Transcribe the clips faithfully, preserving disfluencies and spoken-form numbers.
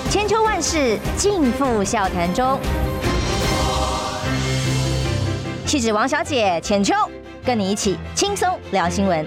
千秋万世尽付笑谈中。气质王小姐浅秋，跟你一起轻松聊新闻。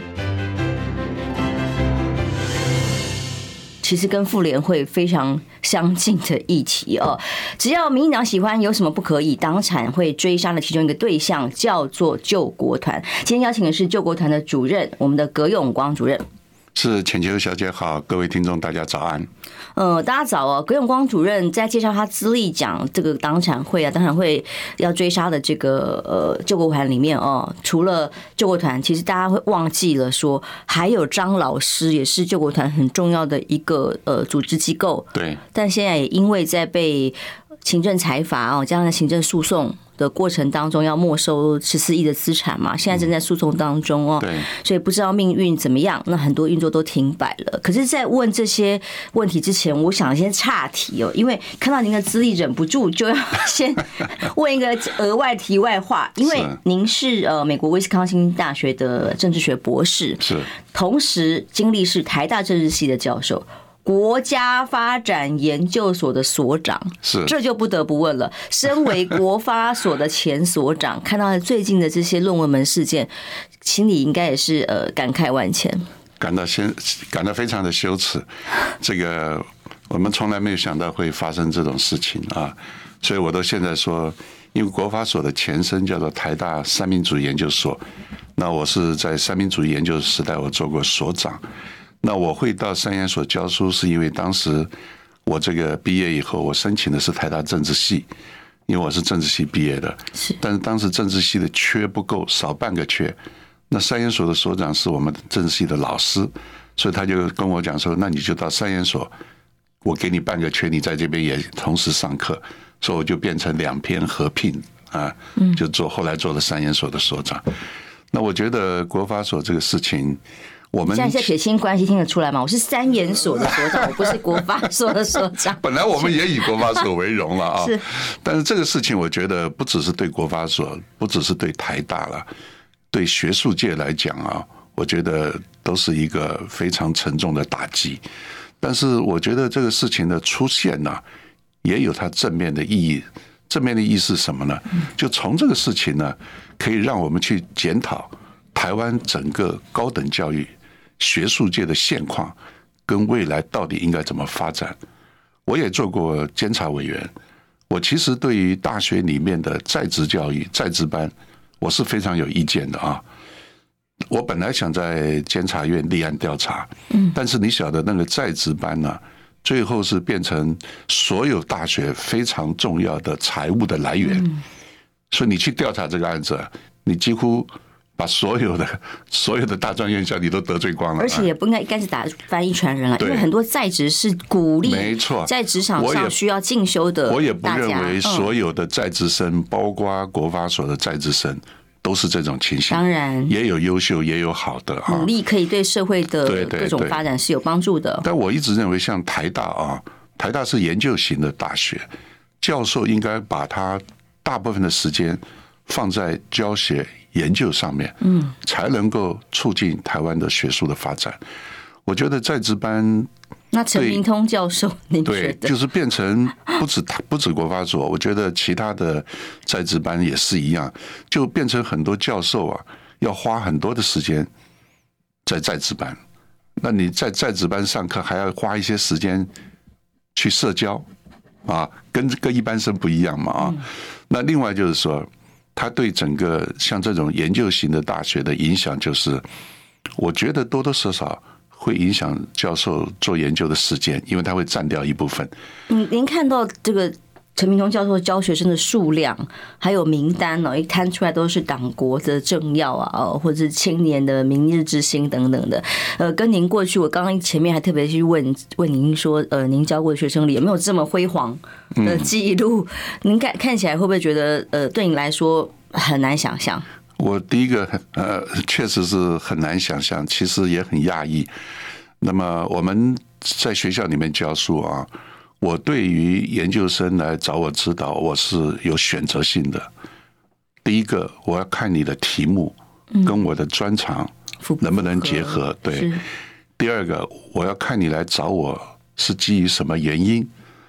其实跟妇联会非常相近的议题哦，只要民进党喜欢，有什么不可以？党产会追杀的其中一个对象叫做救国团。今天邀请的是救国团的主任，我们的葛永光主任。 是浅秋小姐好，各位听众大家早安。 呃，大家早哦。葛永光主任在介绍他资历讲这个党产会啊，党产会要追杀的这个呃救国团里面哦，除了救国团，其实大家会忘记了说，还有张老师也是救国团很重要的一个呃组织机构。 对。但现在也因为在被行政裁罚哦，加上行政诉讼的过程当中要没收十四亿的资产嘛，现在正在诉讼当中哦， 对， 所以不知道命运怎么样，那很多运作都停摆了。可是，在问这些问题之前，我想先岔题哦，因为看到您的资历，忍不住就要先问一个额外题外话，因为您是呃美国威斯康星大学的政治学博士， 是， 同时经历是台大政治系的教授。国家发展研究所的所长， 是， 这就不得不问了。身为国发所的前所长，看到最近的这些论文门事件，心里应该也是呃感慨万千， 感到先感到非常的羞耻。这个我们从来没有想到会发生这种事情啊，所以我都现在说，因为国发所的前身叫做台大三民主义研究所，那我是在三民主义研究时代我做过所长。那我会到三研所教书，是因为当时我这个毕业以后，我申请的是台大政治系，因为我是政治系毕业的。 是， 但是当时政治系的缺不够，少半个缺。那三研所的所长是我们政治系的老师，所以他就跟我讲说：“那你就到三研所，我给你半个缺，你在这边也同时上课。”所以我就变成两篇合聘啊，就做后来做了三研所的所长。那我觉得国发所这个事情。我们现在撇清关系听得出来吗？我是三研所的所长，我不是国发所的所长。 本来我们也以国发所为荣了啊， 是。 但是这个事情，我觉得不只是对国发所，不只是对台大了，对学术界来讲啊，我觉得都是一个非常沉重的打击。但是我觉得这个事情的出现呢、啊，也有它正面的意义。正面的意义是什么呢？就从这个事情呢，可以让我们去检讨台湾整个高等教育。学术界的现况跟未来到底应该怎么发展？我也做过监察委员，我其实对于大学里面的在职教育、在职班，我是非常有意见的啊。我本来想在监察院立案调查，但是你晓得那个在职班呢、啊，最后是变成所有大学非常重要的财务的来源，所以你去调查这个案子，你几乎。把所有的所有的大专院校你都得罪光了， 而且也不应该一开始打翻一船人了，因为很多在职是鼓励， 没错， 在职场上需要进修的。 我也不认为所有的在职生，嗯、包括国发所的在职生，都是这种情形。 当然， 也有优秀，也有好的努力可以对社会的各种发展是有帮助的。 对对对，但我一直认为，像台大啊，台大是研究型的大学，教授应该把他大部分的时间放在教学。研究上面，嗯，才能够促进台湾的学术的发展。我觉得在职班， 那陈明通教授，您觉得？ 对，就是变成不止不止国发所，我觉得其他的在职班也是一样，就变成很多教授啊，要花很多的时间在在职班。那你在在职班上课，还要花一些时间去社交啊，跟跟一般生不一样嘛啊。那另外就是说。他对整个像这种研究型的大学的影响，就是我觉得多多少少会影响教授做研究的时间，因为他会占掉一部分。 嗯，您看到这个陈明通教授教学生的数量，还有名单哦，一摊出来都是党国的政要啊，哦，或者是青年的明日之星等等的。呃，跟您过去，我刚刚前面还特别去问问您说，呃，您教过的学生里有没有这么辉煌的记录？嗯、您看看起来会不会觉得，呃，对你来说很难想象？ 我第一个，呃，确实是很难想象，其实也很讶异。那么我们在学校里面教书啊。我对于研究生来找我指导，我是有选择性的。第一个，我要看你的题目跟我的专长能不能结合，对。第二个，我要看你来找我是基于什么原因。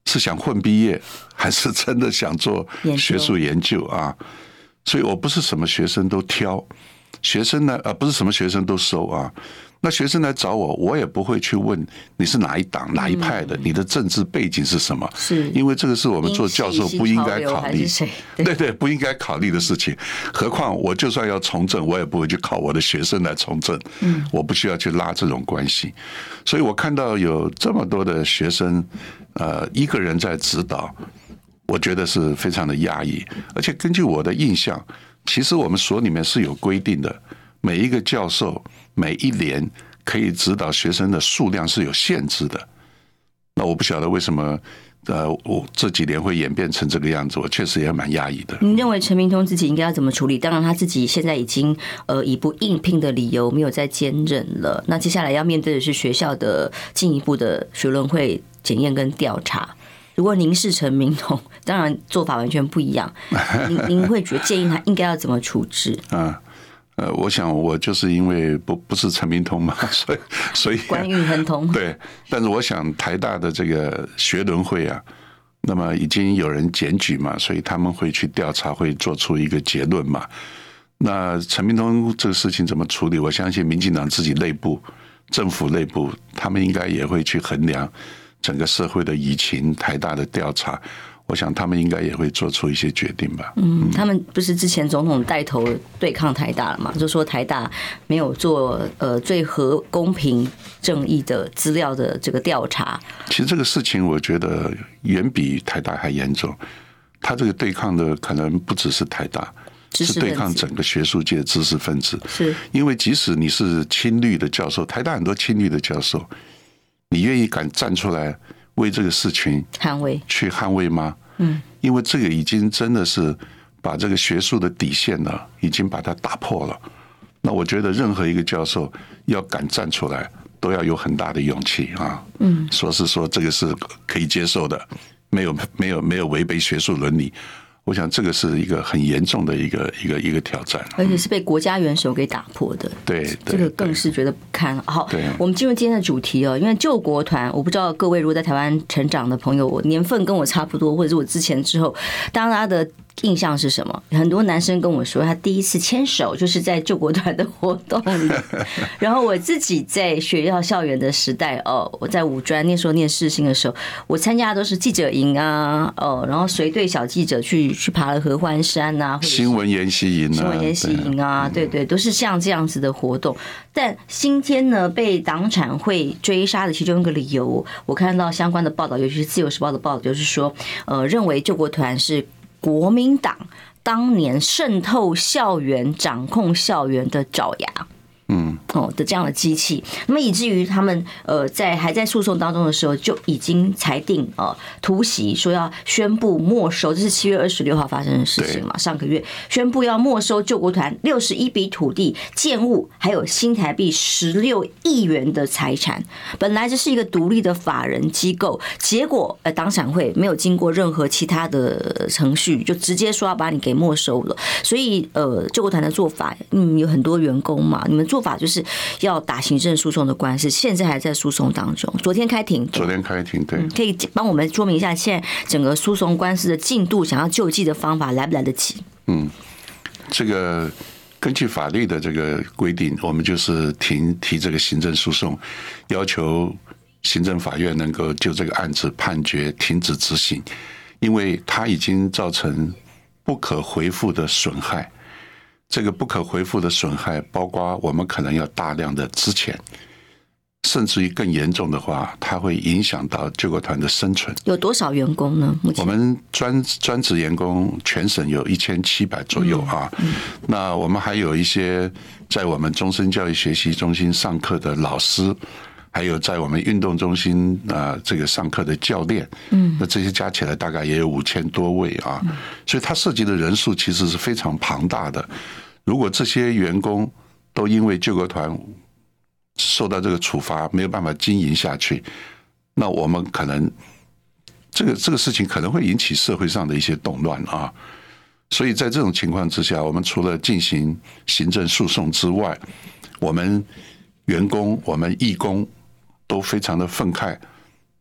是想混毕业，还是真的想做学术研究啊？所以我不是什么学生都挑，学生呢，呃，不是什么学生都收啊。那学生来找我，我也不会去问你是哪一党、哪一派的，你的政治背景是什么？ 是， 因为这个是我们做教授不应该考虑，对对，不应该考虑的事情。何况我就算要从政，我也不会去考我的学生来从政，嗯，我不需要去拉这种关系。所以我看到有这么多的学生，呃，一个人在指导，我觉得是非常的压抑。而且根据我的印象，其实我们所里面是有规定的，每一个教授每一年可以指导学生的数量是有限制的。那我不晓得为什么，呃，我这几年会演变成这个样子，我确实也蛮压抑的。 您认为陈明通自己应该要怎么处理？当然他自己现在已经呃以不应聘的理由没有再兼任了。那接下来要面对的是学校的进一步的学伦会检验跟调查。如果您是陈明通，当然做法完全不一样，您您会觉得建议他应该要怎么处置？ 啊。呃，我想我就是因为不不是陈明通嘛，所以所以官运亨通。 对，但是我想台大的这个学伦会啊，那么已经有人检举嘛，所以他们会去调查，会做出一个结论嘛。那陈明通这个事情怎么处理？我相信民进党自己内部、政府内部，他们应该也会去衡量整个社会的舆情、台大的调查。我想他们应该也会做出一些决定吧。 嗯，他们不是之前总统带头对抗台大了嘛？就说台大没有做呃最合公平正义的资料的这个调查。 其实这个事情我觉得远比台大还严重。他这个对抗的可能不只是台大，是对抗整个学术界知识分子。 是因为即使你是亲绿的教授，台大很多亲绿的教授，你愿意敢站出来为这个事情捍卫去捍卫吗？ 嗯， 因为这个已经真的是把这个学术的底线呢，已经把它打破了。那我觉得任何一个教授要敢站出来，都要有很大的勇气啊。嗯，说是说这个是可以接受的，没有没有没有违背学术伦理。我想这个是一个很严重的一个一个一个挑战， 而且是被国家元首给打破的。 对， 这个更是觉得不堪。好，我们进入今天的主题哦。因为救国团，我不知道各位如果在台湾成长的朋友，我年份跟我差不多，或者是我之前之后，当大家的印象是什么？很多男生跟我说，他第一次牵手就是在救国团的活动里。然后我自己在学校校园的时代哦，我在五专那时候念世新的时候，我参加的都是记者营啊，哦，然后随队小记者去去爬了合欢山啊， 新闻研习营啊， 新闻研习营啊，对对，都是像这样子的活动。但今天呢，被党产会追杀的其中一个理由，我看到相关的报道，尤其是自由时报的报道，就是说，呃，认为救国团是国民党当年渗透校园、掌控校园的爪牙。嗯，哦的这样的机器，那么以至于他们呃在还在诉讼当中的时候就已经裁定呃突袭，说要宣布没收，这是七月二十六号发生的事情嘛？上个月宣布要没收救国团六十一笔土地、建物，还有新台币十六亿元的财产。本来这是一个独立的法人机构，结果呃党产会没有经过任何其他的程序，就直接说要把你给没收了。所以呃救国团的做法，嗯，有很多员工嘛，你们做。做法就是要打行政诉讼的官司，现在还在诉讼当中。昨天开庭， 昨天开庭，对， 可以帮我们说明一下现在整个诉讼官司的进度，想要救济的方法来不来得及？ 嗯，这个根据法律的这个规定，我们就是停提这个行政诉讼，要求行政法院能够就这个案子判决停止执行，因为它已经造成不可回复的损害。这个不可回复的损害，包括我们可能要大量的资钱，甚至于更严重的话，它会影响到救国团的生存。 有多少员工呢？目前我们专专职员工全省有一千七百左右啊。嗯嗯、那我们还有一些在我们终身教育学习中心上课的老师，还有在我们运动中心啊、呃、这个上课的教练，嗯，那这些加起来大概也有五千多位啊，嗯、所以它涉及的人数其实是非常庞大的。如果这些员工都因为救国团受到这个处罚，没有办法经营下去，那我们可能这个这个事情可能会引起社会上的一些动乱啊。所以在这种情况之下，我们除了进行行政诉讼之外，我们员工、我们义工都非常的愤慨，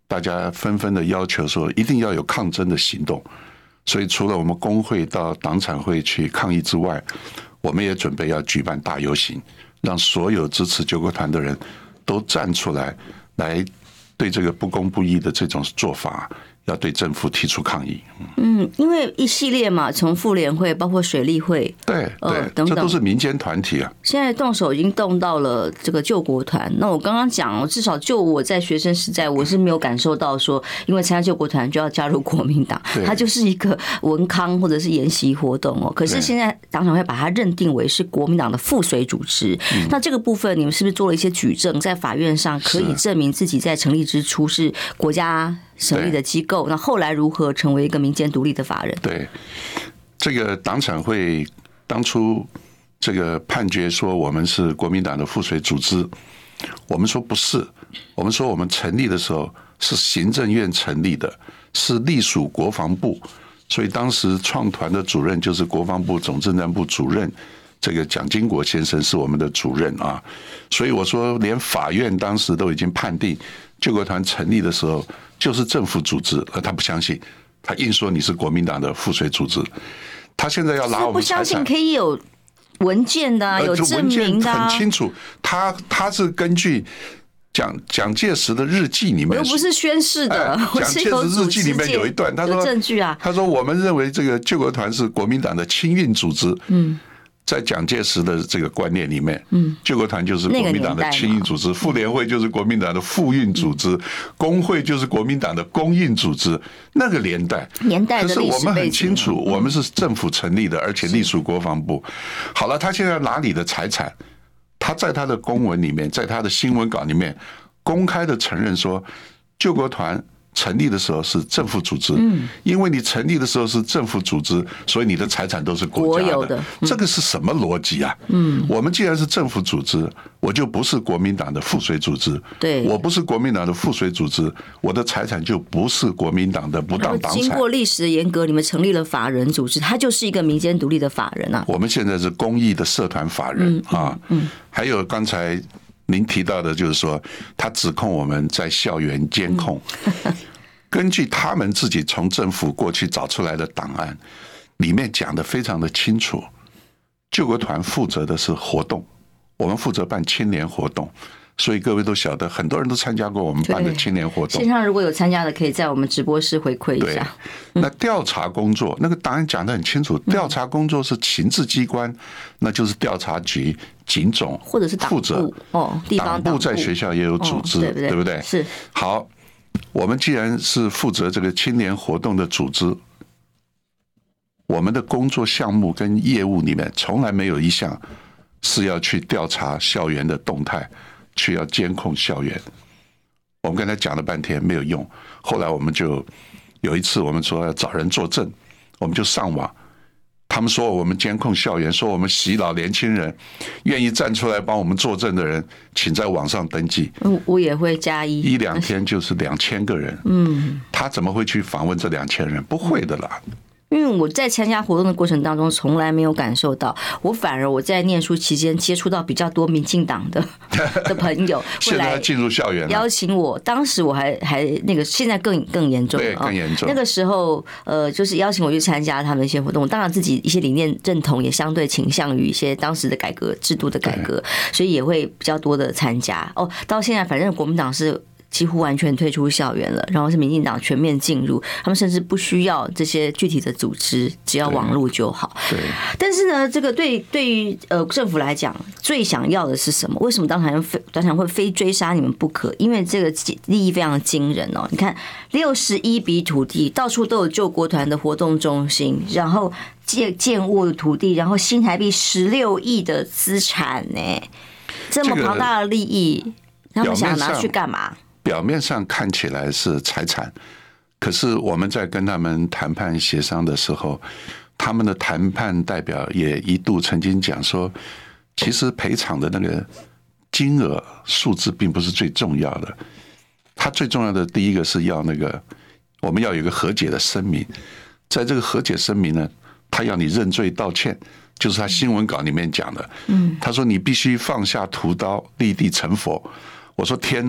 大家纷纷的要求说一定要有抗争的行动。所以除了我们工会到党产会去抗议之外，我们也准备要举办大游行，让所有支持救国团的人都站出来，来对这个不公不义的这种做法要对政府提出抗议。 嗯，因为一系列嘛，从妇联会包括水利会， 对对、呃，这都是民间团体啊。 现在动手已经动到了这个救国团。那我刚刚讲，至少就我在学生时代，我是没有感受到说，因为参加救国团就要加入国民党，它就是一个文康或者是研习活动哦。可是现在党产会把它认定为是国民党的附随组织。那这个部分，你们是不是做了一些举证，在法院上可以证明自己在成立之初是国家成立的机构，那后来如何成为一个民间独立的法人？ 对，这个党产会当初这个判决说我们是国民党的附随组织，我们说不是，我们说我们成立的时候是行政院成立的，是隶属国防部，所以当时创团的主任就是国防部总政战部主任。这个蒋经国先生是我们的主任啊，所以我说，连法院当时都已经判定救国团成立的时候就是政府组织，而他不相信，他硬说你是国民党的附随组织。他现在要拿我们财产， 不相信可以有文件的、啊，有证明的、啊， 很清楚。他他是根据蒋蒋介石的日记里面， 我又不是宣誓的， 哎、蒋介石日记里面有一段，他说证据啊， 他说我们认为这个救国团是国民党的亲运组织，嗯。在蒋介石的这个观念里面，嗯，救国团就是国民党的亲运组织，妇联会就是国民党的妇运组织，工会就是国民党的公运组织。那个年代， 年代的历史背景， 可是我们很清楚，我们是政府成立的，而且隶属国防部。好了，他现在拿你的财产，他在他的公文里面，在他的新闻稿里面公开的承认说，救国团成立的时候是政府组织，嗯，因为你成立的时候是政府组织，所以你的财产都是国家的。这个是什么逻辑啊？嗯，我们既然是政府组织，我就不是国民党的附随组织。 对， 我不是国民党的附随组织，我的财产就不是国民党的不当党产。 经过历史的严格，你们成立了法人组织，它就是一个民间独立的法人啊。 我们现在是公益的社团法人啊。嗯，还有刚才您提到的，就是说他指控我们在校园监控。根据他们自己从政府过去找出来的档案，里面讲得非常的清楚。救国团负责的是活动，我们负责办青年活动，所以各位都晓得，很多人都参加过我们办的青年活动。 线上如果有参加的，可以在我们直播室回馈一下。 对，那调查工作，那个档案讲得很清楚，调查工作是情治机关，那就是调查局、警总或者是党部负责哦，地方党部在学校也有组织， 哦、对不对？ 对不对？ 是好。我们既然是负责这个青年活动的组织，我们的工作项目跟业务里面从来没有一项是要去调查校园的动态，去要监控校园。我们刚才讲了半天没有用，后来我们就有一次我们说要找人作证，我们就上网。他们说我们监控校园，说我们洗脑年轻人，愿意站出来帮我们作证的人，请在网上登记。 我也会加一， 一两天就是两千个人。嗯，他怎么会去访问这两千人？不会的啦。 因为我在参加活动的过程当中，从来没有感受到，我反而我在念书期间接触到比较多民进党的的朋友， 现在进入校园邀请我。当时我还还那个，现在更更严重了， 对，更严重。 那个时候，呃，就是邀请我去参加他们一些活动，当然自己一些理念认同也相对倾向于一些当时的改革制度的改革，所以也会比较多的参加。哦，到现在反正国民党是几乎完全退出校园了，然后是民进党全面进入，他们甚至不需要这些具体的组织，只要网络就好。 对。 但是呢，这个对对于呃政府来讲，最想要的是什么？为什么党产非党产会非追杀你们不可？因为这个利益非常惊人哦！你看，六十一笔土地，到处都有救国团的活动中心，然后建建物土地，然后新台币十六亿的资产呢，这么庞大的利益，他们想拿去干嘛？ 表面上看起来是财产，可是我们在跟他们谈判协商的时候，他们的谈判代表也一度曾经讲说，其实赔偿的那个金额数字并不是最重要的，他最重要的第一个是要那个我们要有一个和解的声明，在这个和解声明呢，他要你认罪道歉，就是他新闻稿里面讲的，他说你必须放下屠刀，立地成佛。我说天哪，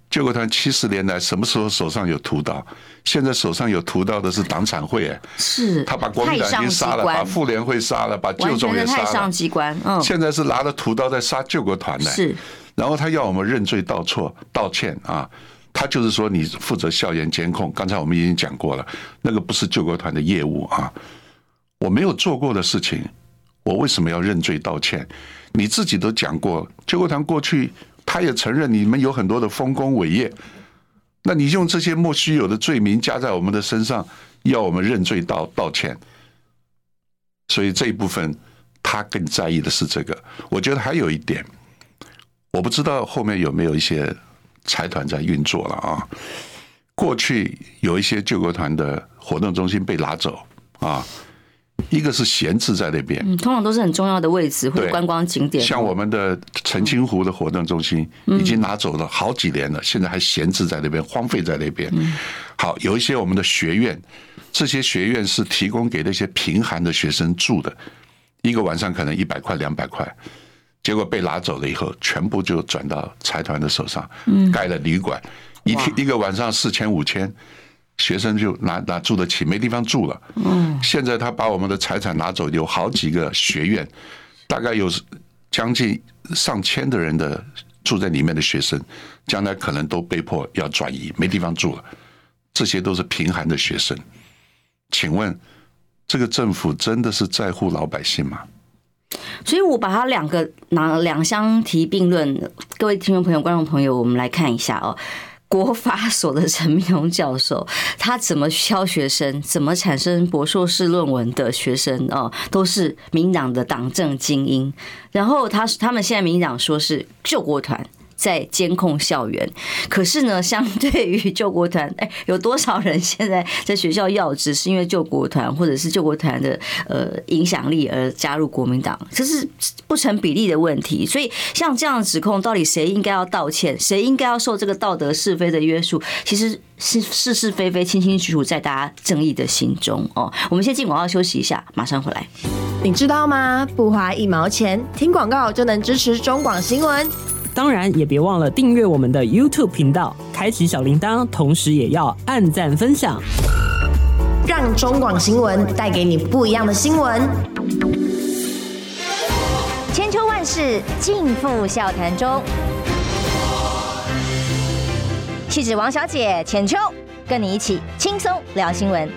救国团七十年来什么时候手上有屠刀？现在手上有屠刀的是党产会，哎， 是他把国民党已经杀了，把妇联会杀了，把救总也杀了， 太上机关。嗯， 现在是拿着屠刀在杀救国团呢。 是， 然后他要我们认罪道错、道歉啊。他就是说你负责校园监控，刚才我们已经讲过了，那个不是救国团的业务啊。我没有做过的事情，我为什么要认罪道歉？你自己都讲过，救国团过去他也承认你们有很多的丰功伟业，那你用这些莫须有的罪名加在我们的身上，要我们认罪道道歉。所以这一部分他更在意的是这个。我觉得还有一点，我不知道后面有没有一些财团在运作了啊。过去有一些救国团的活动中心被拿走啊。一个是闲置在那边， 嗯，通常都是很重要的位置或者观光景点。 像我们的澄清湖的活动中心已经拿走了好几年了，现在还闲置在那边，荒废在那边。好，有一些我们的学院，这些学院是提供给那些贫寒的学生住的，一个晚上可能一百块、两百块，结果被拿走了以后，全部就转到财团的手上，盖了旅馆，一一个晚上四千、五千。学生就拿拿住得起，没地方住了。嗯，现在他把我们的财产拿走，有好几个学院，大概有将近上千的人的住在里面的学生，将来可能都被迫要转移，没地方住了。这些都是贫寒的学生。请问，这个政府真的是在乎老百姓吗？ 所以我把它两个拿两相提并论，各位听众朋友、观众朋友，我们来看一下哦。国法所的陈明通教授，他怎么挑学生，怎么产生博硕士论文的学生哦，都是民党的党政精英。然后他他们现在民党说是救国团在监控校园，可是呢，相对于救国团，哎，有多少人现在在学校要职是因为救国团或者是救国团的呃影响力而加入国民党？这是不成比例的问题。所以像这样的指控，到底谁应该要道歉，谁应该要受这个道德是非的约束？其实是是是非非清清楚楚在大家正义的心中哦。我们先进广告休息一下，马上回来。 你知道吗？不花一毛钱，听广告就能支持中广新闻。 当然也别忘了订阅我们的 YouTube 频道，开启小铃铛，同时也要按赞分享， 让中广新闻带给你不一样的新闻。 千秋万世尽付笑谈中，气质王小姐浅秋，跟你一起轻松聊新闻。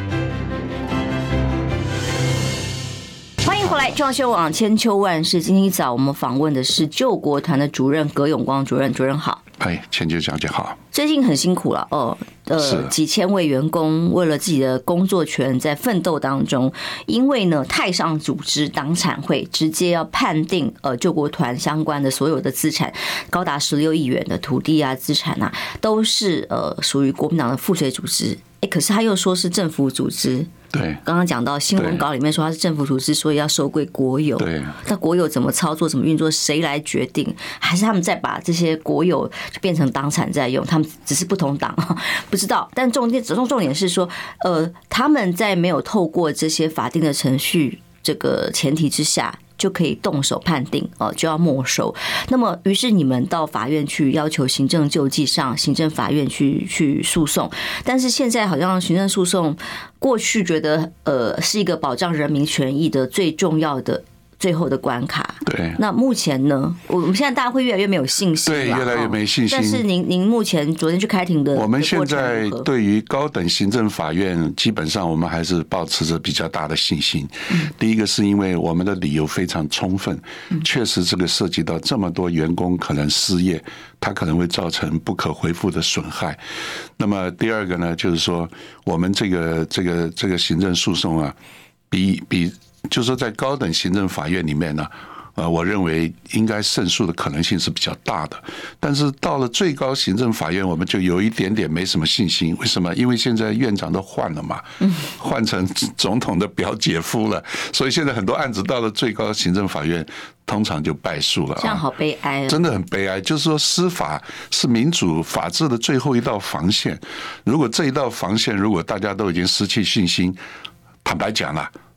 欢迎回来，中央新闻网千秋万世。今天一早我们访问的是救国团的主任葛永光主任，主任好。 哎，千秋小姐好。 最近很辛苦了哦，呃，几千位员工为了自己的工作权在奋斗当中，因为呢，太上组织党产会直接要判定呃救国团相关的所有的资产，高达十六亿元的土地啊、资产啊，都是呃属于国民党的附随组织。哎，可是他又说是政府组织。 对， 刚刚讲到新闻稿里面说它是政府组织，所以要收归国有。 对， 那国有怎么操作、怎么运作，谁来决定？还是他们再把这些国有就变成党产在用？他们只是不同党，不知道。但重点、重重点是说，呃，他们在没有透过这些法定的程序这个前提之下，就可以动手判定哦，就要没收。那么，于是你们到法院去要求行政救济，上行政法院去去诉讼。但是现在好像行政诉讼过去觉得呃是一个保障人民权益的最重要的最后的关卡。 对。那目前呢？我们现在大家会越来越没有信心， 对，越来越没信心。 但是您您目前昨天去开庭的， 我们现在对于高等行政法院，基本上我们还是保持着比较大的信心。第一个是因为我们的理由非常充分，确实这个涉及到这么多员工可能失业，它可能会造成不可恢复的损害。那么第二个呢，就是说我们这个这个这个行政诉讼啊，比比。就是说，在高等行政法院里面呢，呃，我认为应该胜诉的可能性是比较大的。但是到了最高行政法院，我们就有一点点没什么信心。为什么？因为现在院长都换了嘛，换成总统的表姐夫了，所以现在很多案子到了最高行政法院，通常就败诉了。 这样好悲哀啊！ 真的很悲哀。就是说，司法是民主法治的最后一道防线。如果这一道防线，如果大家都已经失去信心，坦白讲了。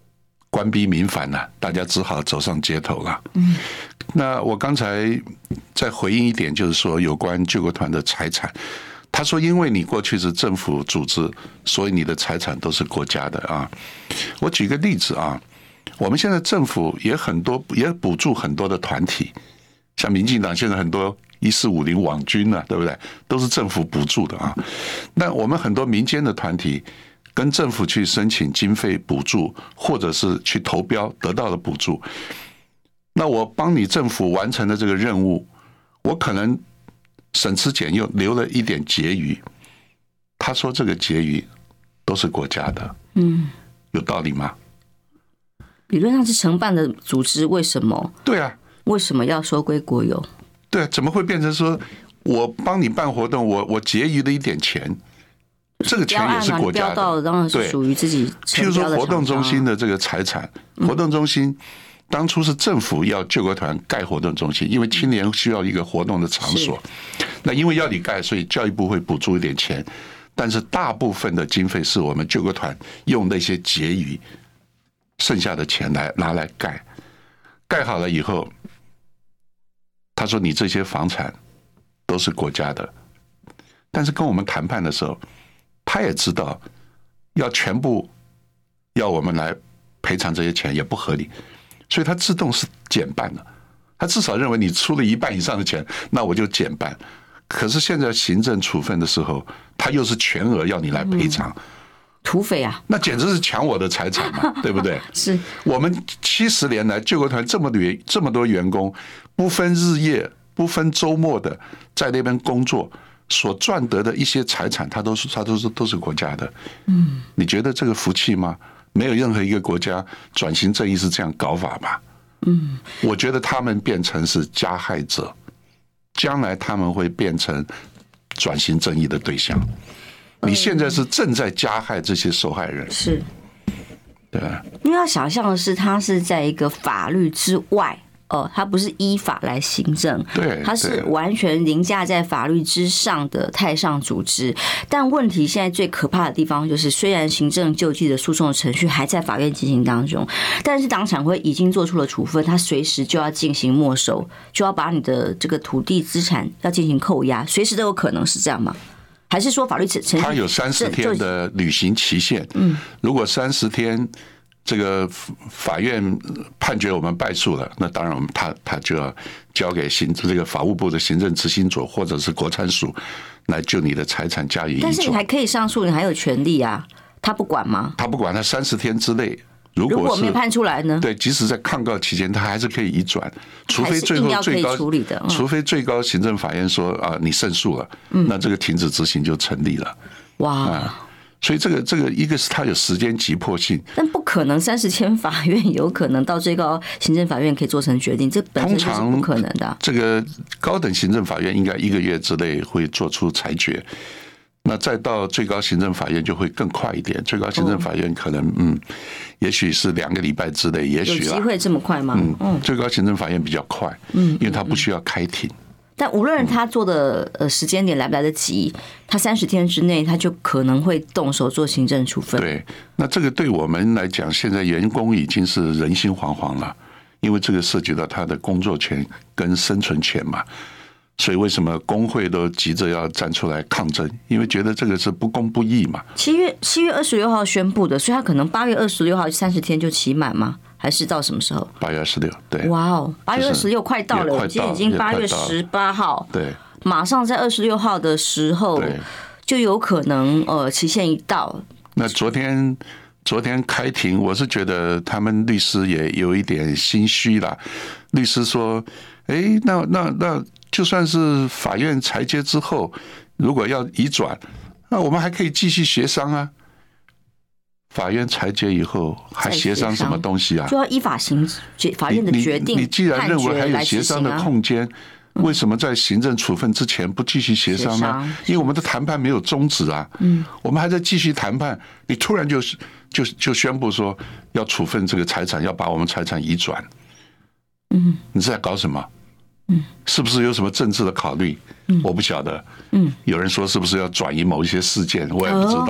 官逼民反了、啊，大家只好走上街头了。嗯，那我刚才再回应一点，就是说有关救国团的财产。他说，因为你过去是政府组织，所以你的财产都是国家的啊。我举个例子啊，我们现在政府也很多，也补助很多的团体，像民进党现在很多一四五零网军啊，对不对？都是政府补助的啊。那我们很多民间的团体跟政府去申请经费补助，或者是去投标得到了补助，那我帮你政府完成了这个任务，我可能省吃俭用留了一点结余。他说这个结余都是国家的，嗯，有道理吗？ 理论上是承办的组织，为什么？ 对啊， 为什么要收归国有？ 对啊，怎么会变成说我帮你办活动，我我结余了一点钱？这个钱也是国家的， 标到当然是属于自己。 譬如说活动中心的这个财产，活动中心当初是政府要救国团盖活动中心，因为青年需要一个活动的场所，那因为要你盖，所以教育部会补助一点钱，但是大部分的经费是我们救国团用那些结余剩下的钱来拿来盖，盖好了以后，他说你这些房产都是国家的，但是跟我们谈判的时候，他也知道要全部要我们来赔偿这些钱也不合理，所以他自动是减半的。他至少认为你出了一半以上的钱，那我就减半。可是现在行政处分的时候，他又是全额要你来赔偿，嗯、 土匪啊！ 那简直是抢我的财产嘛，对不对？ 是我们七十年来救国团这么多这么多员工，不分日夜、不分周末的在那边工作。所赚得的一些财产，它都是它都是都是国家的。嗯，你觉得这个福气吗？没有任何一个国家转型正义是这样搞法吧？嗯，我觉得他们变成是加害者，将来他们会变成转型正义的对象。你现在是正在加害这些受害人， 是， 对。 因为要想象的是，他是在一个法律之外。哦，它不是依法来行政， 对， 它是完全凌驾在法律之上的太上组织。但问题现在最可怕的地方就是，虽然行政救济的诉讼程序还在法院进行当中，但是党产会已经做出了处分，它随时就要进行没收，就要把你的这个土地资产要进行扣押，随时都有可能，是这样吗？还是说法律程序？ 它有三十天的履行期限，嗯，如果三十天。这个法院判决我们败诉了，那当然我们他他就要交给行这个法务部的行政执行组或者是国产署来就你的财产加以移转。 但是你还可以上诉，你还有权利啊，他不管吗？ 他不管，他三十天之内，如果是如果没判出来呢？ 对，即使在抗告期间，他还是可以移转，除非最后最高处理的，嗯、 除非最高行政法院说啊你胜诉了，嗯、那这个停止执行就成立了。哇！啊所以这个这个一个是它有时间急迫性， 但不可能三十天法院有可能到最高行政法院可以做成决定，这本身就是不可能的、啊。 这个高等行政法院应该一个月之内会做出裁决，那再到最高行政法院就会更快一点。最高行政法院可能、哦、嗯，也许是两个礼拜之内，也许有机会这么快吗？ 嗯，嗯最高行政法院比较快，嗯，因为它不需要开庭。 但无论他做的呃时间点来不来得及，他三十天之内他就可能会动手做行政处分。 对，那这个对我们来讲，现在员工已经是人心惶惶了，因为这个涉及到他的工作权跟生存权嘛。所以为什么工会都急着要站出来抗争？因为觉得这个是不公不义嘛。 七月七月二十六号宣布的，所以他可能八月二十六号三十天就期满吗？还是到什么时候？ 八月二十六，对。 哇哦，八月二十六快到了，今天已经八月十八号， 对， 马上在二十六号的时候，就有可能呃期限一到。 那昨天昨天开庭，我是觉得他们律师也有一点心虚啦。律师说：“哎，那那那就算是法院裁决之后，如果要移转，那我们还可以继续协商啊。”法院裁决以后还协商什么东西啊？ 就要依法行法院的决定。 你, 你, 你既然认为还有协商的空间，为什么在行政处分之前不继续协商呢？因为我们的谈判没有终止啊，嗯，我们还在继续谈判。你突然就就就宣布说要处分这个财产，要把我们财产移转，嗯，你是在搞什么？嗯，是不是有什么政治的考虑？嗯，我不晓得。嗯，有人说是不是要转移某一些事件，我也不知道。哦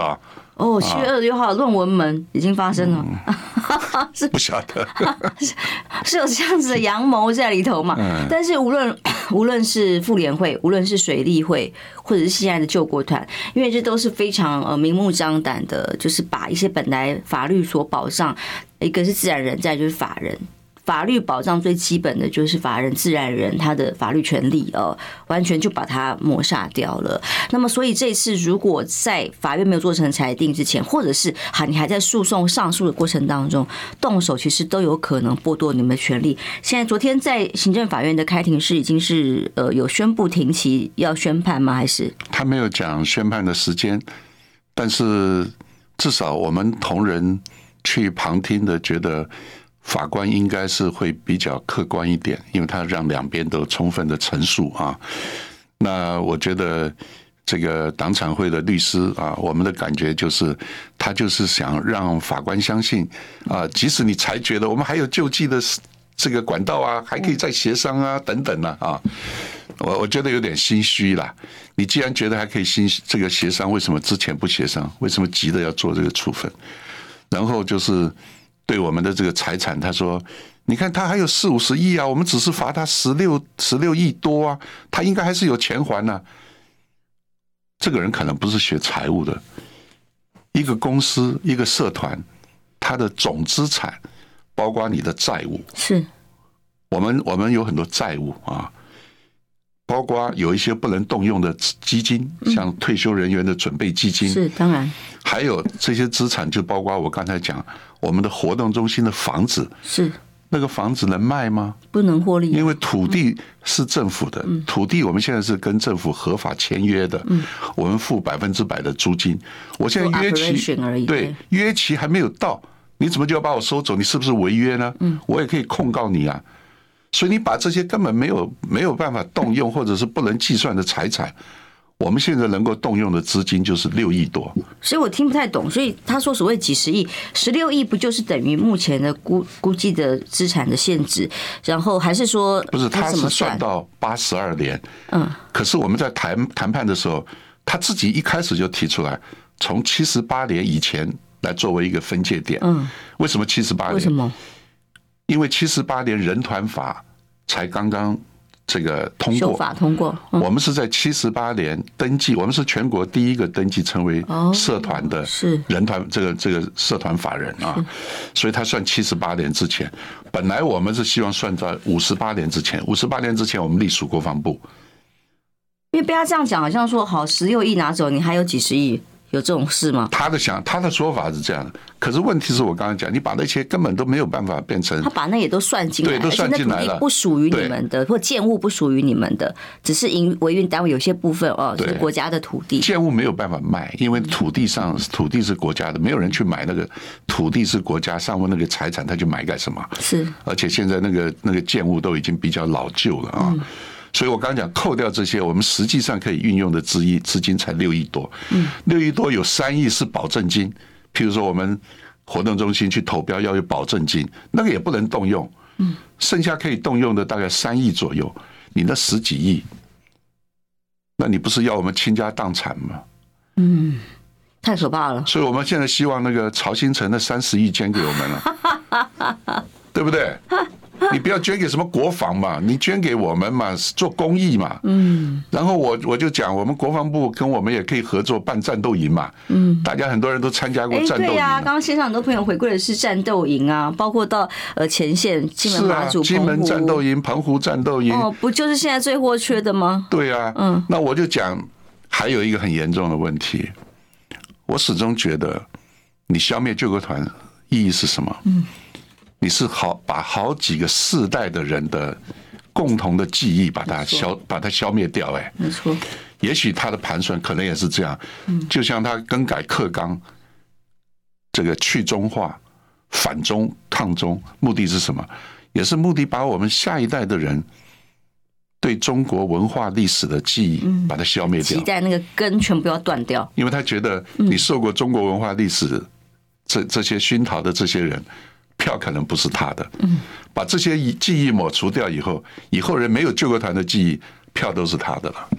哦，七月二十六号论文门已经发生了， 嗯、是不晓得是有这样子的阳谋在里头嘛？嗯、但是无论无论是妇联会，无论是水利会，或者是现在的救国团，因为这都是非常呃明目张胆的，就是把一些本来法律所保障，一个是自然人，再就是法人。法律保障最基本的就是法人、自然人他的法律权利哦，完全就把它抹杀掉了。那么，所以这次如果在法院没有做成裁定之前，或者是哈你还在诉讼上诉的过程当中动手，其实都有可能剥夺你们的权利。现在昨天在行政法院的开庭室已经是呃有宣布庭期要宣判吗？还是他没有讲宣判的时间，但是至少我们同仁去旁听的觉得。法官应该是会比较客观一点，因为他让两边都充分的陈述啊。那我觉得这个党产会的律师啊，我们的感觉就是他就是想让法官相信啊，即使你裁决了，我们还有救济的这个管道啊，还可以再协商啊，等等啊啊。我我觉得有点心虚啦。你既然觉得还可以心这个协商，为什么之前不协商？为什么急着要做这个处分？然后就是。对我们的这个财产，他说：“你看他还有四五十亿啊，我们只是罚他十六十六亿多啊，他应该还是有钱还呐、啊。”这个人可能不是学财务的，一个公司、一个社团，它的总资产包括你的债务， 是我们我们有很多债务啊，包括有一些不能动用的基金，像退休人员的准备基金， 是当然， 还有这些资产就包括我刚才讲。我们的活动中心的房子是那个房子能卖吗？ 不能获利， 因为土地是政府的，嗯、土地我们现在是跟政府合法签约的，嗯、我们付百分之百的租金。我现在约期对约期还没有到，你怎么就要把我收走？你是不是违约呢？嗯、我也可以控告你啊。所以你把这些根本没有没有办法动用或者是不能计算的财产。我们现在能够动用的资金就是六亿多， 所以我听不太懂。所以他说所谓几十亿、十六亿，不就是等于目前的估估计的资产的限制？然后还是说不是？他是算到八十二年，嗯，可是我们在谈谈判的时候，他自己一开始就提出来，从七十八年以前来作为一个分界点。嗯，为什么七十八年？ 为什么？ 因为七十八年人团法才刚刚。这个通过， 修法通过， 嗯、我们是在七十八年登记，我们是全国第一个登记成为社团的人团，这个这个社团法人啊，所以他算七十八年之前。本来我们是希望算在五十八年之前，五十八年之前我们隶属国防部。 因为被他这样讲，好像说好十六亿拿走，你还有几十亿。有这种事吗？ 他的想，他的说法是这样的。可是问题是我刚刚讲，你把那些根本都没有办法变成， 他把那也都算进来， 对，都算进来了， 不属于你们的，或建物不属于你们的，只是营维运单位有些部分哦，是国家的土地。 建物没有办法卖，因为土地上土地是国家的，没有人去买那个土地是国家上面那个财产，他去买干什么？是，而且现在那个那个建物都已经比较老旧了啊。嗯，所以我刚刚讲，扣掉这些，我们实际上可以运用的资金资金才六亿多。嗯，六亿多有三亿是保证金，譬如说我们活动中心去投标要有保证金，那个也不能动用。嗯，剩下可以动用的大概三亿左右，你那十几亿，那你不是要我们倾家荡产吗？ 嗯，太可怕了。 所以我们现在希望那个曹新成的三十亿捐给我们了，对不对？你不要捐给什么国防嘛，你捐给我们嘛，做公益嘛。嗯。然后我我就讲，我们国防部跟我们也可以合作办战斗营嘛。嗯。大家很多人都参加过战斗营。 对呀、啊，刚刚线上很多朋友回馈的是战斗营啊，包括到呃前线金门马祖、 是啊、金门战斗营、澎湖战斗营。 哦，不就是现在最货缺的吗？ 对啊。嗯。那我就讲，还有一个很严重的问题，我始终觉得，你消灭救国团意义是什么？嗯。你是好把好几个世代的人的共同的记忆把它消把它消灭掉，哎， 没错。 也许他的盘算可能也是这样，就像他更改课纲，这个去中化、反中、抗中，目的是什么？也是目的把我们下一代的人对中国文化历史的记忆把它消灭掉， 期待那个根全部要断掉， 因为他觉得你受过中国文化历史这这些熏陶的这些人。票可能不是他的，把这些记忆抹除掉以后，以后人没有救国团的记忆，票都是他的了。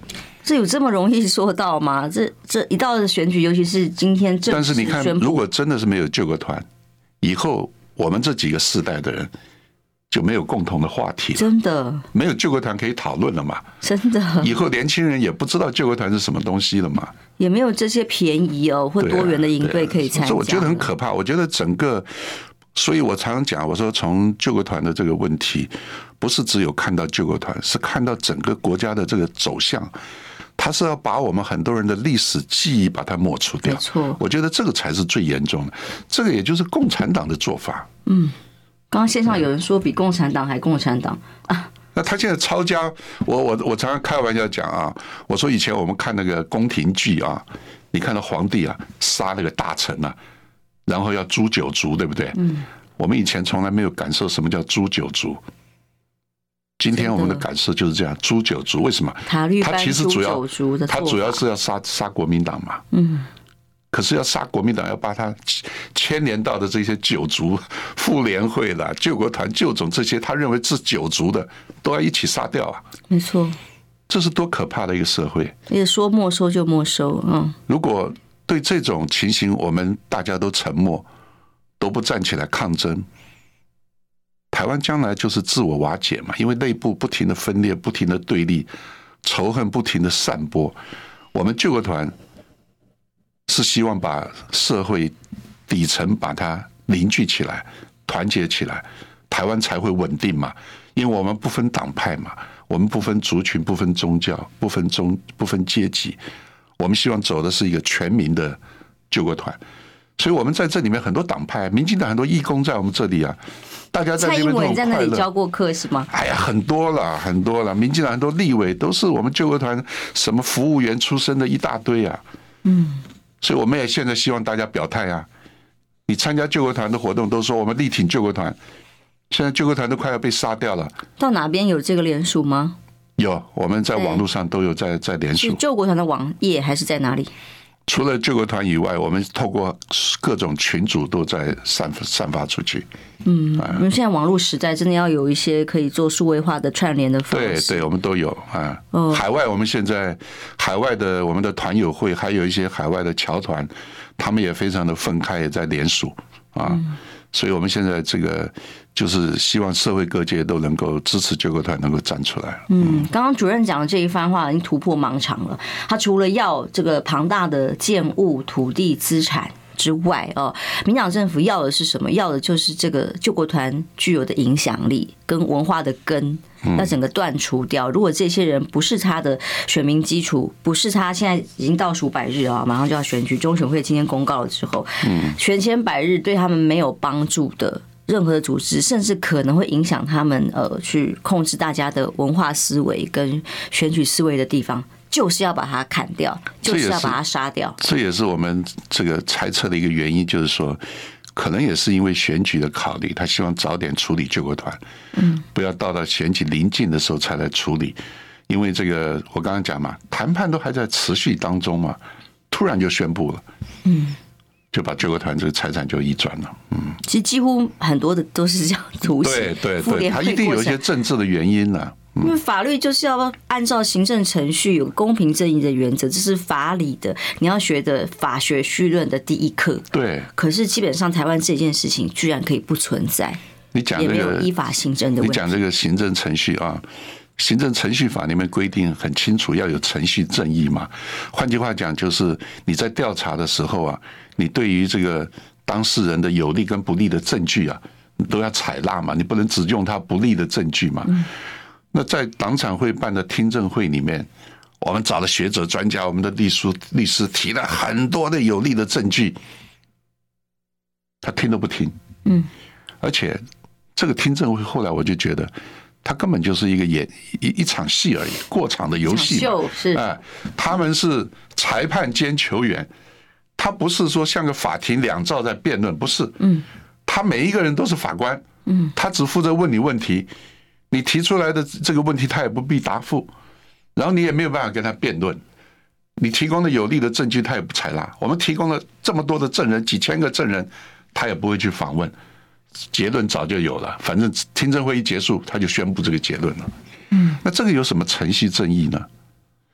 这有这么容易说到吗？这这一到选举，尤其是今天正式但是你看， 宣布如果真的是没有救国团，以后我们这几个世代的人就没有共同的话题了， 真的没有救国团可以讨论了嘛？ 真的， 以后年轻人也不知道救国团是什么东西了嘛？ 也没有这些便宜哦或多元的营队可以参加， 所以我觉得很可怕。我觉得整个，所以我常常讲，我说从救国团的这个问题，不是只有看到救国团，是看到整个国家的这个走向。他是要把我们很多人的历史记忆把它抹除掉， 没错， 我觉得这个才是最严重的，这个也就是共产党的做法。 嗯，刚刚线上有人说比共产党还共产党啊。 那他现在抄家，我我我常常开玩笑讲啊，我说以前我们看那个宫廷剧啊，你看到皇帝啊杀那个大臣啊，然后要诛九族，对不对？嗯，我们以前从来没有感受什么叫诛九族。今天我们的感受就是这样，诛九族为什么？ 塔利班他其实主要诛九族的做法， 他主要是要杀杀国民党嘛。 嗯。 可是要杀国民党，要把他牵连到的这些九族、妇联会啦、救国团、救种这些，他认为是九族的，都要一起杀掉啊！ 没错， 这是多可怕的一个社会！ 也说没收就没收，嗯。 如果对这种情形，我们大家都沉默，都不站起来抗争，台湾将来就是自我瓦解嘛，因为内部不停的分裂、不停的对立、仇恨不停的散播。我们救国团是希望把社会底层把它凝聚起来、团结起来，台湾才会稳定嘛。因为我们不分党派嘛，我们不分族群、不分宗教、不分宗、不分阶级，我们希望走的是一个全民的救国团。所以我们在这里面很多党派，民进党很多义工在我们这里啊，大家在这边都很快乐。蔡英文在那里教过课是吗？ 哎呀，很多了，很多了。民进党很多立委都是我们救国团什么服务员出身的一大堆啊。嗯，所以我们也现在希望大家表态啊。你参加救国团的活动都说我们力挺救国团，现在救国团都快要被杀掉了。 到哪边有这个联署吗？ 有，我们在网络上都有在在联署。 是救国团的网页还是在哪里？ 除了救国团以外，我们透过各种群组都在散散发出去。 嗯，因为现在网络时代真的要有一些可以做数位化的串联的方式。 对对，我们都有啊。哦、海外我们现在海外的我们的团友会，还有一些海外的侨团，他们也非常的愤慨，也在联署啊。嗯，所以我们现在这个就是希望社会各界都能够支持救国团能够站出来。 嗯，刚刚主任讲的这一番话已经突破盲场了。他除了要这个庞大的建物、土地资产之外，哦，民党政府要的是什么？要的就是这个救国团具有的影响力跟文化的根，要整个断除掉。如果这些人不是他的选民基础，不是他现在已经倒数百日啊，马上就要选举，中选会今天公告了之后，选前百日对他们没有帮助的任何的组织，甚至可能会影响他们呃去控制大家的文化思维跟选举思维的地方，就是要把它砍掉，就是要把它杀掉。 这也是我们这个猜测的一个原因，就是说，可能也是因为选举的考虑，他希望早点处理救国团，嗯，不要到了选举临近的时候才来处理，因为这个我刚刚讲嘛，谈判都还在持续当中嘛，突然就宣布了，嗯。就把救国团这个财产就移转了，嗯， 其实几乎很多的都是这样图形， 对对对，它一定有一些政治的原因呢、啊。 因为法律就是要按照行政程序有公平正义的原则，这是法理的，你要学的法学绪论的第一课。对，可是基本上台湾这件事情居然可以不存在， 你讲这个也没有依法行政的问题。 你讲这个行政程序啊。行政程序法里面规定很清楚，要有程序正义嘛。换句话讲，就是你在调查的时候啊，你对于这个当事人的有利跟不利的证据啊，你都要采纳嘛，你不能只用他不利的证据嘛。那在党产会办的听证会里面，我们找了学者专家，我们的律师律师提了很多的有利的证据，他听都不听。嗯，而且这个听证会后来我就觉得。他根本就是一个演一一场戏而已，过场的游戏嘛。是啊，他们是裁判兼球员，他不是说像个法庭两造在辩论，不是。嗯，他每一个人都是法官。嗯，他只负责问你问题，你提出来的这个问题他也不必答复，然后你也没有办法跟他辩论，你提供的有利的证据他也不采纳。我们提供了这么多的证人，几千个证人，他也不会去访问。结论早就有了，反正听证会一结束，他就宣布这个结论了。嗯，那这个有什么程序正义呢？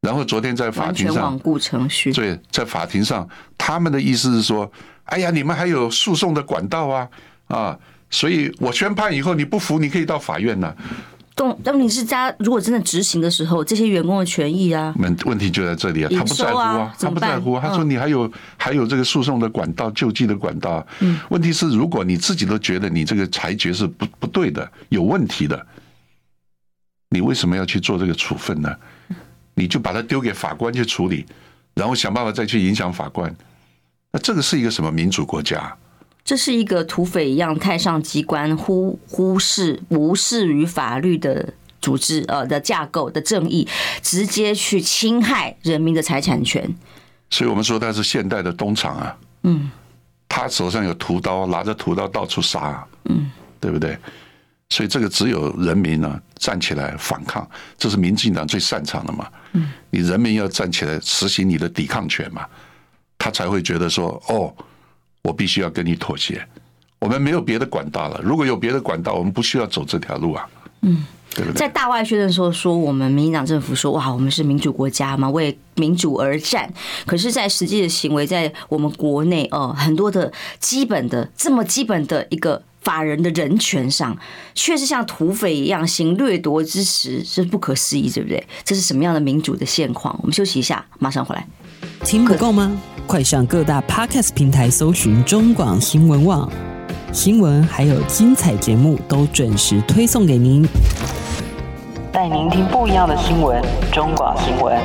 然后昨天在法庭上， 完全罔顾程序。 对，在法庭上，他们的意思是说，哎呀，你们还有诉讼的管道啊，啊，所以我宣判以后你不服，你可以到法院呢、啊。 动，但你是家，如果真的执行的时候，这些员工的权益啊， 问问题就在这里啊，他不在乎啊，他不在乎、啊。他说你还有、嗯、还有这个诉讼的管道、救济的管道。嗯，问题是如果你自己都觉得你这个裁决是不不对的、有问题的，你为什么要去做这个处分呢？你就把它丢给法官去处理，然后想办法再去影响法官。那这个是一个什么民主国家？ 这是一个土匪一样太上机关忽忽视无视于法律的组织呃的架构的正义，直接去侵害人民的财产权。 所以我们说他是现代的东厂啊，嗯，他手上有屠刀，拿着屠刀到处杀，嗯，对不对？所以这个只有人民呢站起来反抗，这是民进党最擅长的嘛。嗯，你人民要站起来实行你的抵抗权嘛，他才会觉得说哦。我必须要跟你妥协，我们没有别的管道了。如果有别的管道，我们不需要走这条路啊。嗯，对不对？ 在大外宣的时候说，我们民进党政府说哇，我们是民主国家嘛，为民主而战。可是，在实际的行为，在我们国内哦、呃，很多的基本的这么基本的一个法人的人权上，却是像土匪一样行掠夺之实，是不可思议，对不对？这是什么样的民主的现况？我们休息一下，马上回来。 听不够吗？快上各大 Podcast 平台搜寻中广新闻网，新闻还有精彩节目都准时推送给您，带您听不一样的新闻。中广新闻，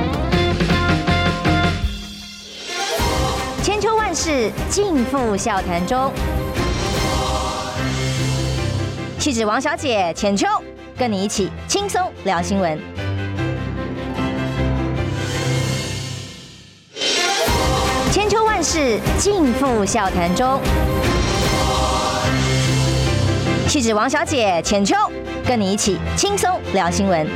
千秋万世尽付笑谈中。气质王小姐浅秋，跟你一起轻松聊新闻。千秋万世尽付笑谈中。气质王小姐浅秋，跟你一起轻松聊新闻。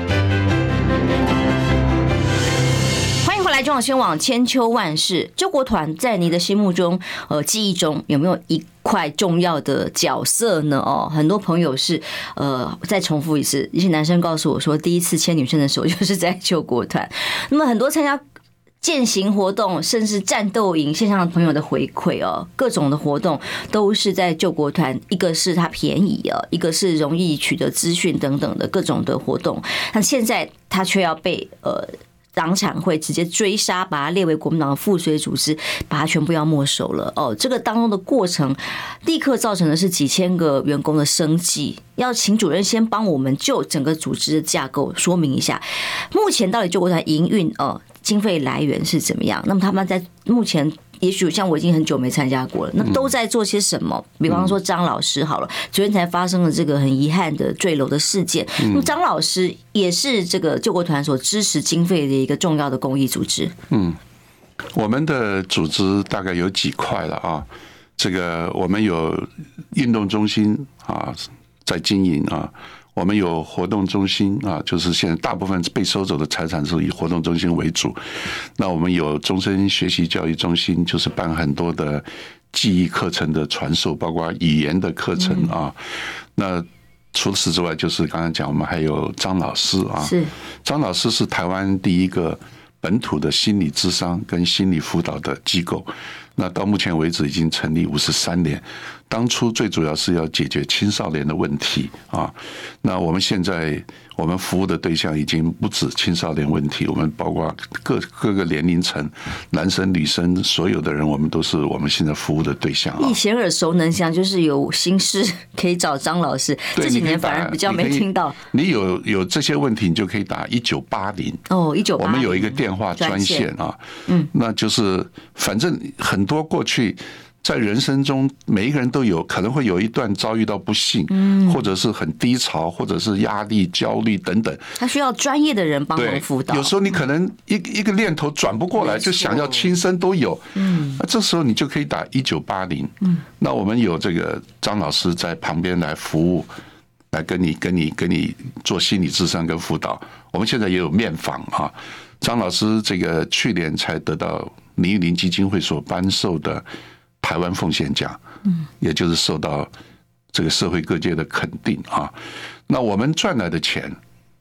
欢迎回来，中广新闻网千秋万世。救国团在你的心目中，呃，记忆中有没有一块重要的角色呢？哦，很多朋友是呃，再重复一次，一些男生告诉我说，第一次牵女生的手就是在救国团。那么很多参加践行活动，甚至战斗营线上的朋友的回馈哦，各种的活动都是在救国团。一个是它便宜啊，一个是容易取得资讯等等的各种的活动。但现在它却要被呃党产会直接追杀，把它列为国民党的附随组织，把它全部要没收了哦。这个当中的过程，立刻造成的是几千个员工的生计。要请主任先帮我们就整个组织的架构说明一下，目前到底救国团营运哦经费来源是怎么样？那么他们在目前，也许像我已经很久没参加过了，那都在做些什么？比方说张老师好了，昨天才发生了这个很遗憾的坠楼的事件。那么张老师也是这个救国团所支持经费的一个重要的公益组织。嗯， 我们的组织大概有几块了啊？这个我们有运动中心啊，在经营啊。我们有活动中心啊，就是现在大部分被收走的财产是以活动中心为主。那我们有终身学习教育中心，就是办很多的记忆课程的传授，包括语言的课程啊。那除此之外，就是刚才讲，我们还有张老师啊。是张老师是台湾第一个本土的心理咨商跟心理辅导的机构。那到目前为止已经成立五十三年。当初最主要是要解决青少年的问题啊，那我们现在我们服务的对象已经不止青少年问题，我们包括各各个年龄层，男生女生所有的人，我们都是我们现在服务的对象啊。 以前耳熟能详，就是有心事可以找张老师，这几年反而比较没听到。 你有有这些问题，你就可以打一九八零哦，一九八零， 我们有一个电话专线啊，嗯，那就是反正很多过去。在人生中，每一个人都有可能会有一段遭遇到不幸，嗯，或者是很低潮，或者是压力、焦虑等等。 他需要专业的人帮忙辅导。 有时候你可能一一个念头转不过来，就想要轻生都有。嗯，那这时候你就可以打一九八零。嗯，那我们有这个张老师在旁边来服务，来跟你、跟你、跟你做心理咨商跟辅导。我们现在也有面访啊。张老师这个去年才得到林育林基金会所颁授的台湾奉献奖，嗯，也就是受到这个社会各界的肯定啊。那我们赚来的钱，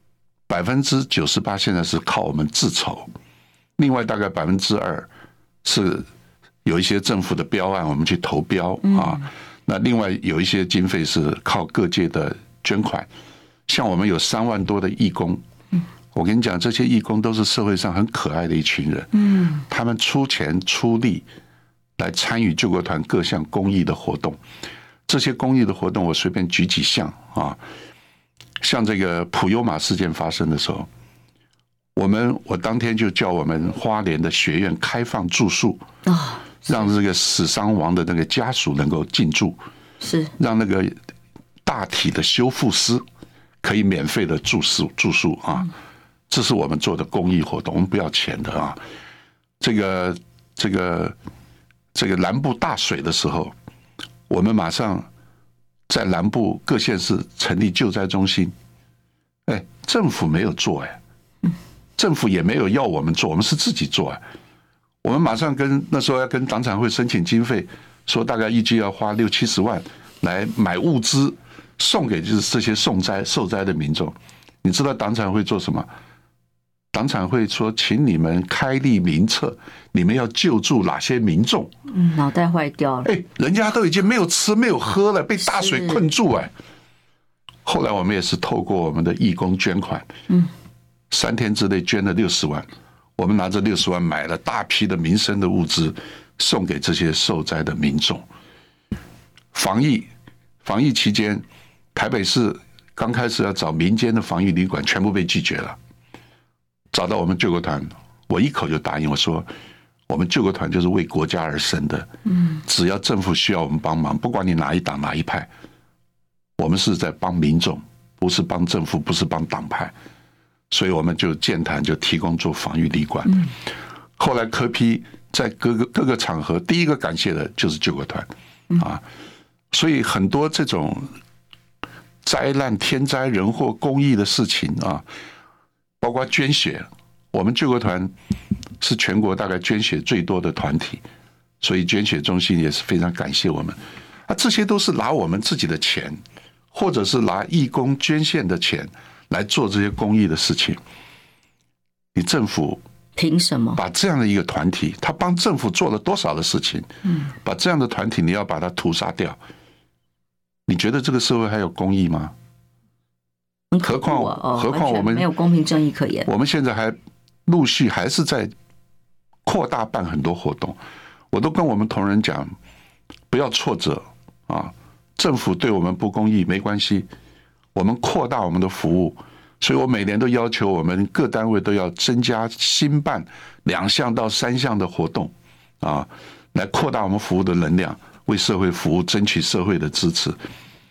百分之九十八现在是靠我们自筹，另外大概百分之二是有一些政府的标案我们去投标啊，那另外有一些经费是靠各界的捐款，像我们有三万多的义工，我跟你讲，这些义工都是社会上很可爱的一群人，嗯，他们出钱出力来参与救国团各项公益的活动。这些公益的活动，我随便举几项啊，像这个普悠玛事件发生的时候，我们我当天就叫我们花莲的学院开放住宿啊，让这个死伤亡的那个家属能够进驻， 是让那个大体的修复师可以免费的住宿住宿啊。这是我们做的公益活动，我们不要钱的啊。这个这个这个南部大水的时候，我们马上在南部各县市成立救灾中心。哎，政府没有做哎，政府也没有要我们做，我们是自己做哎。我们马上跟那时候要跟党产会申请经费，说大概预计要花六七十万来买物资送给就是这些受灾受灾的民众。你知道党产会做什么？党产会说，请你们开立名册，你们要救助哪些民众？ 嗯，脑袋坏掉了。 哎，人家都已经没有吃没有喝了，被大水困住哎。后来我们也是透过我们的义工捐款，嗯，三天之内捐了六十万，我们拿着六十万买了大批的民生的物资，送给这些受灾的民众。防疫防疫期间，台北市刚开始要找民间的防疫旅馆，全部被拒绝了。找到我们救国团，我一口就答应，我说我们救国团就是为国家而生的，嗯，只要政府需要我们帮忙，不管你哪一党哪一派，我们是在帮民众，不是帮政府，不是帮党派，所以我们就健谈就提供做防御旅馆。嗯、后来柯 P 在各个各个场合，第一个感谢的就是救国团啊，所以很多这种灾难、天灾人祸、公益的事情啊。包括捐血，我们救国团是全国大概捐血最多的团体，所以捐血中心也是非常感谢我们。啊，这些都是拿我们自己的钱，或者是拿义工捐献的钱来做这些公益的事情。你政府凭什么把这样的一个团体，他帮政府做了多少的事情？嗯，把这样的团体你要把它屠杀掉，你觉得这个社会还有公益吗？何况， 哦、 何况我们没有公平正义可言。 我们现在还陆续还是在扩大办很多活动，我都跟我们同仁讲，不要挫折啊！政府对我们不公义没关系，我们扩大我们的服务，所以我每年都要求我们各单位都要增加新办两项到三项的活动啊，来扩大我们服务的能量，为社会服务，争取社会的支持。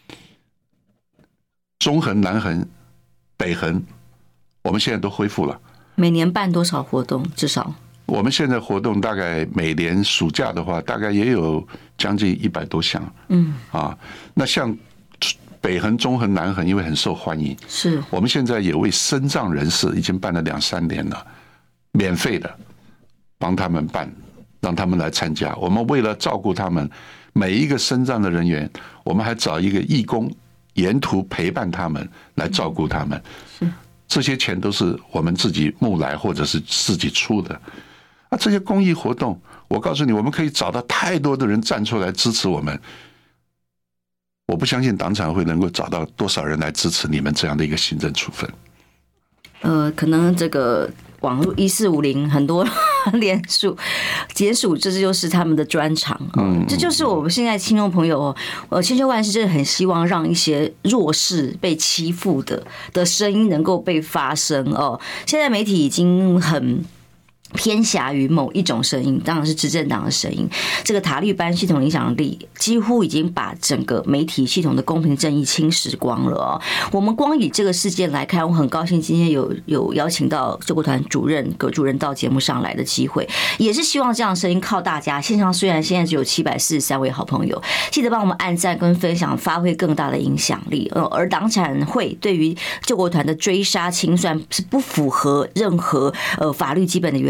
中横、南横、北横，我们现在都恢复了。 每年办多少活动？至少我们现在活动大概每年暑假的话，大概也有将近一百多项。嗯，啊，那像北横、中横、南横，因为很受欢迎， 是我们现在也为身障人士已经办了两三年了，免费的帮他们办，让他们来参加。我们为了照顾他们每一个身障的人员，我们还找一个义工。沿途陪伴他们，来照顾他们，这些钱都是我们自己募来或者是自己出的。啊，这些公益活动，我告诉你，我们可以找到太多的人站出来支持我们。我不相信党产会能够找到多少人来支持你们这样的一个行政处分。 呃，可能这个网络一四五零很多联署、解署，这就是他们的专长。嗯，这就是我们现在听众朋友哦，呃，千秋万世真的很希望让一些弱势、被欺负的的声音能够被发声哦。现在媒体已经很偏狭于某一种声音，当然是执政党的声音。这个塔利班系统影响力几乎已经把整个媒体系统的公平正义侵蚀光了哦。我们光以这个事件来看，我很高兴今天有有邀请到救国团主任葛主任到节目上来的机会，也是希望这样的声音靠大家。线上虽然现在只有七百四十三位好朋友，记得帮我们按赞跟分享，发挥更大的影响力。呃，而党产会对于救国团的追杀清算是不符合任何呃法律基本的原则。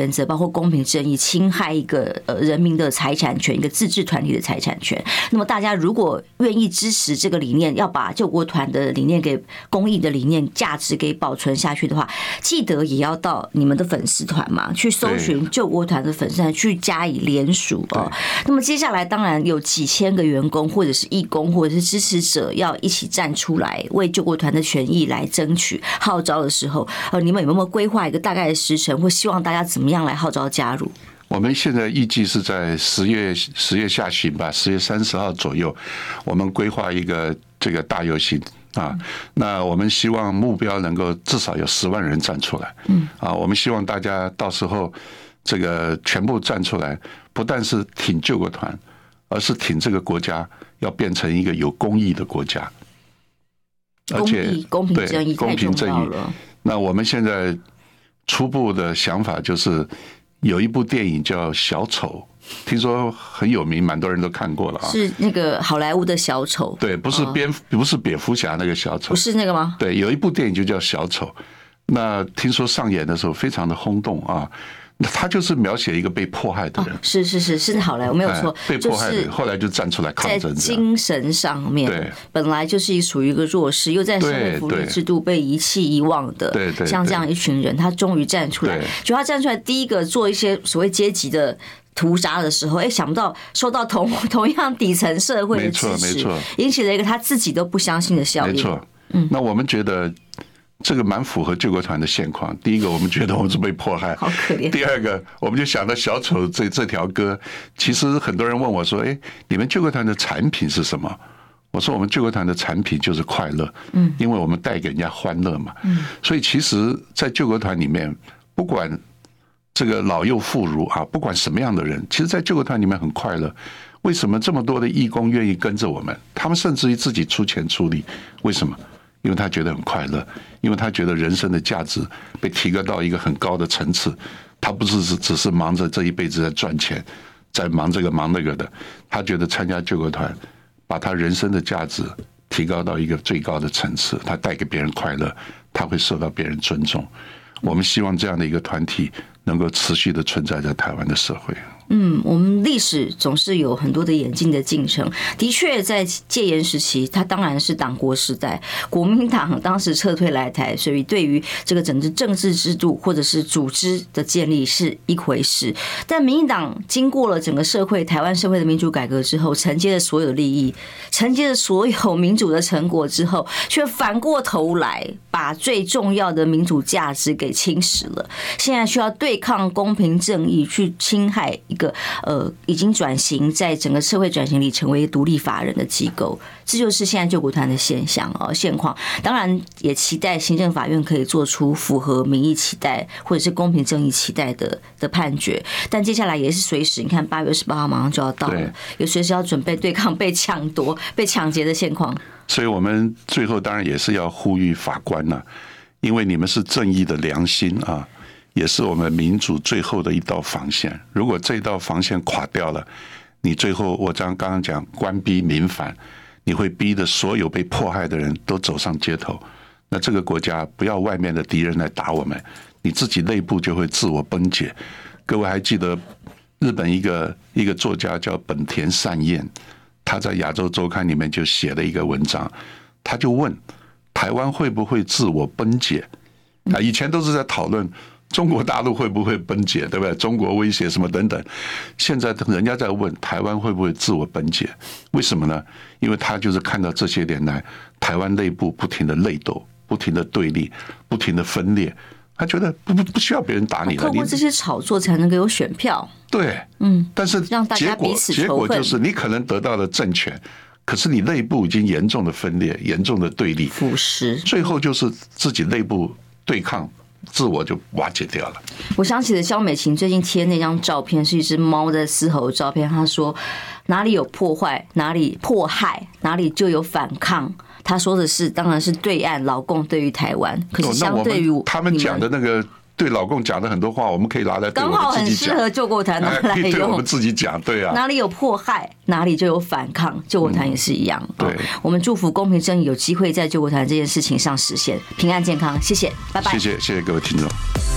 原则，包括公平正义，侵害一个呃人民的财产权，一个自治团体的财产权。那么大家如果愿意支持这个理念，要把救国团的理念给公益的理念价值给保存下去的话，记得也要到你们的粉丝团嘛，去搜寻救国团的粉丝团，去加以联署哦。那么接下来当然有几千个员工或者是义工或者是支持者要一起站出来为救国团的权益来争取号召的时候，呃，你们有没有规划一个大概的时程，或希望大家怎么样来号召加入？ 我们现在预计是在十月十月下旬吧，十月三十号左右，我们规划一个这个大游行啊。那我们希望目标能够至少有十万人站出来，嗯啊，我们希望大家到时候这个全部站出来，不但是挺救国团，而是挺这个国家要变成一个有公义的国家，而且公平正义公平正义。那我们现在初步的想法就是。有一部电影叫《小丑》，听说很有名，蛮多人都看过了啊。 是那个好莱坞的小丑？对， 不是蝙蝠，不是蝙蝠侠那个小丑， 不是那个吗？ 对，有一部电影就叫《小丑》，那听说上演的时候非常的轰动啊。他就是描写一个被迫害的人，哦、 是是是是好莱坞没有错， 被迫害的人后来就站出来抗争， 在精神上面，对，本来就是属于一个弱势，又在社会福利制度被遗弃遗忘的， 对对， 像这样一群人，他终于站出来，就他站出来第一个做一些所谓阶级的屠杀的时候，哎，想不到受到同同样底层社会的支持，引起了一个他自己都不相信的效应。 没错，嗯，那我们觉得。这个蛮符合救国团的现况。第一个，我们觉得我们是被迫害， 好可怜。 第二个，我们就想到小丑这这条歌。其实很多人问我说：“哎，你们救国团的产品是什么？”我说：“我们救国团的产品就是快乐，嗯，因为我们带给人家欢乐嘛，嗯。所以其实，在救国团里面，不管这个老幼妇孺啊，不管什么样的人，其实，在救国团里面很快乐。为什么这么多的义工愿意跟着我们？他们甚至于自己出钱出力，为什么？”因为他觉得很快乐，因为他觉得人生的价值被提高到一个很高的层次，他不是只是忙着这一辈子在赚钱，在忙这个忙那个的，他觉得参加救国团，把他人生的价值提高到一个最高的层次，他带给别人快乐，他会受到别人尊重。我们希望这样的一个团体能够持续的存在在台湾的社会。 嗯，我们历史总是有很多的演进的进程。的确，在戒严时期，它当然是党国时代，国民党当时撤退来台，所以对于这个整个政治制度或者是组织的建立是一回事。但民进党经过了整个社会、台湾社会的民主改革之后，承接了所有利益，承接了所有民主的成果之后，却反过头来把最重要的民主价值给侵蚀了。现在需要对抗公平正义，去侵害一个呃已经转型，在整个社会转型里成为独立法人的机构，这就是现在救国团的现象哦现况。当然也期待行政法院可以做出符合民意期待或者是公平正义期待的的判决，但接下来也是随时，你看八月二十八号马上就要到了，也随时要准备对抗被抢夺、被抢劫的现况。 所以我们最后当然也是要呼吁法官呐、啊，因为你们是正义的良心啊。也是我们民主最后的一道防线。如果这道防线垮掉了，你最后我刚刚刚讲官逼民反，你会逼得所有被迫害的人都走上街头。那这个国家不要外面的敌人来打我们，你自己内部就会自我崩解。各位还记得日本一个一个作家叫本田善彦，他在《亚洲周刊》里面就写了一个文章，他就问台湾会不会自我崩解？啊，以前都是在讨论中国大陆会不会崩解，对不对？中国威胁什么等等。现在人家在问台湾会不会自我崩解？为什么呢？因为他就是看到这些年来台湾内部不停的内斗、不停的对立、不停的分裂，他觉得不不不需要别人打你了。 透过这些炒作才能够有选票。 对， 嗯， 但是让大家彼此仇恨。 结果就是你可能得到了政权，可是你内部已经严重的分裂、严重的对立、 腐蚀，最后就是自己内部对抗。自我就瓦解掉了。 我想起了萧美琴最近贴那张照片，是一只猫在嘶吼的照片。她说：“哪里有破坏，哪里迫害，哪里就有反抗。”她说的是，当然是对岸老共对于台湾，可是相对于他们讲的那个对老共讲的很多话，我们可以拿来对我们自己讲，刚好很适合救国团拿来用， 对我们自己讲，对啊， 哪里有迫害，哪里就有反抗，救国团也是一样。 嗯、对， 我们祝福公平正义有机会在救国团这件事情上实现平安健康，谢谢，拜拜， 谢谢，谢谢各位听众。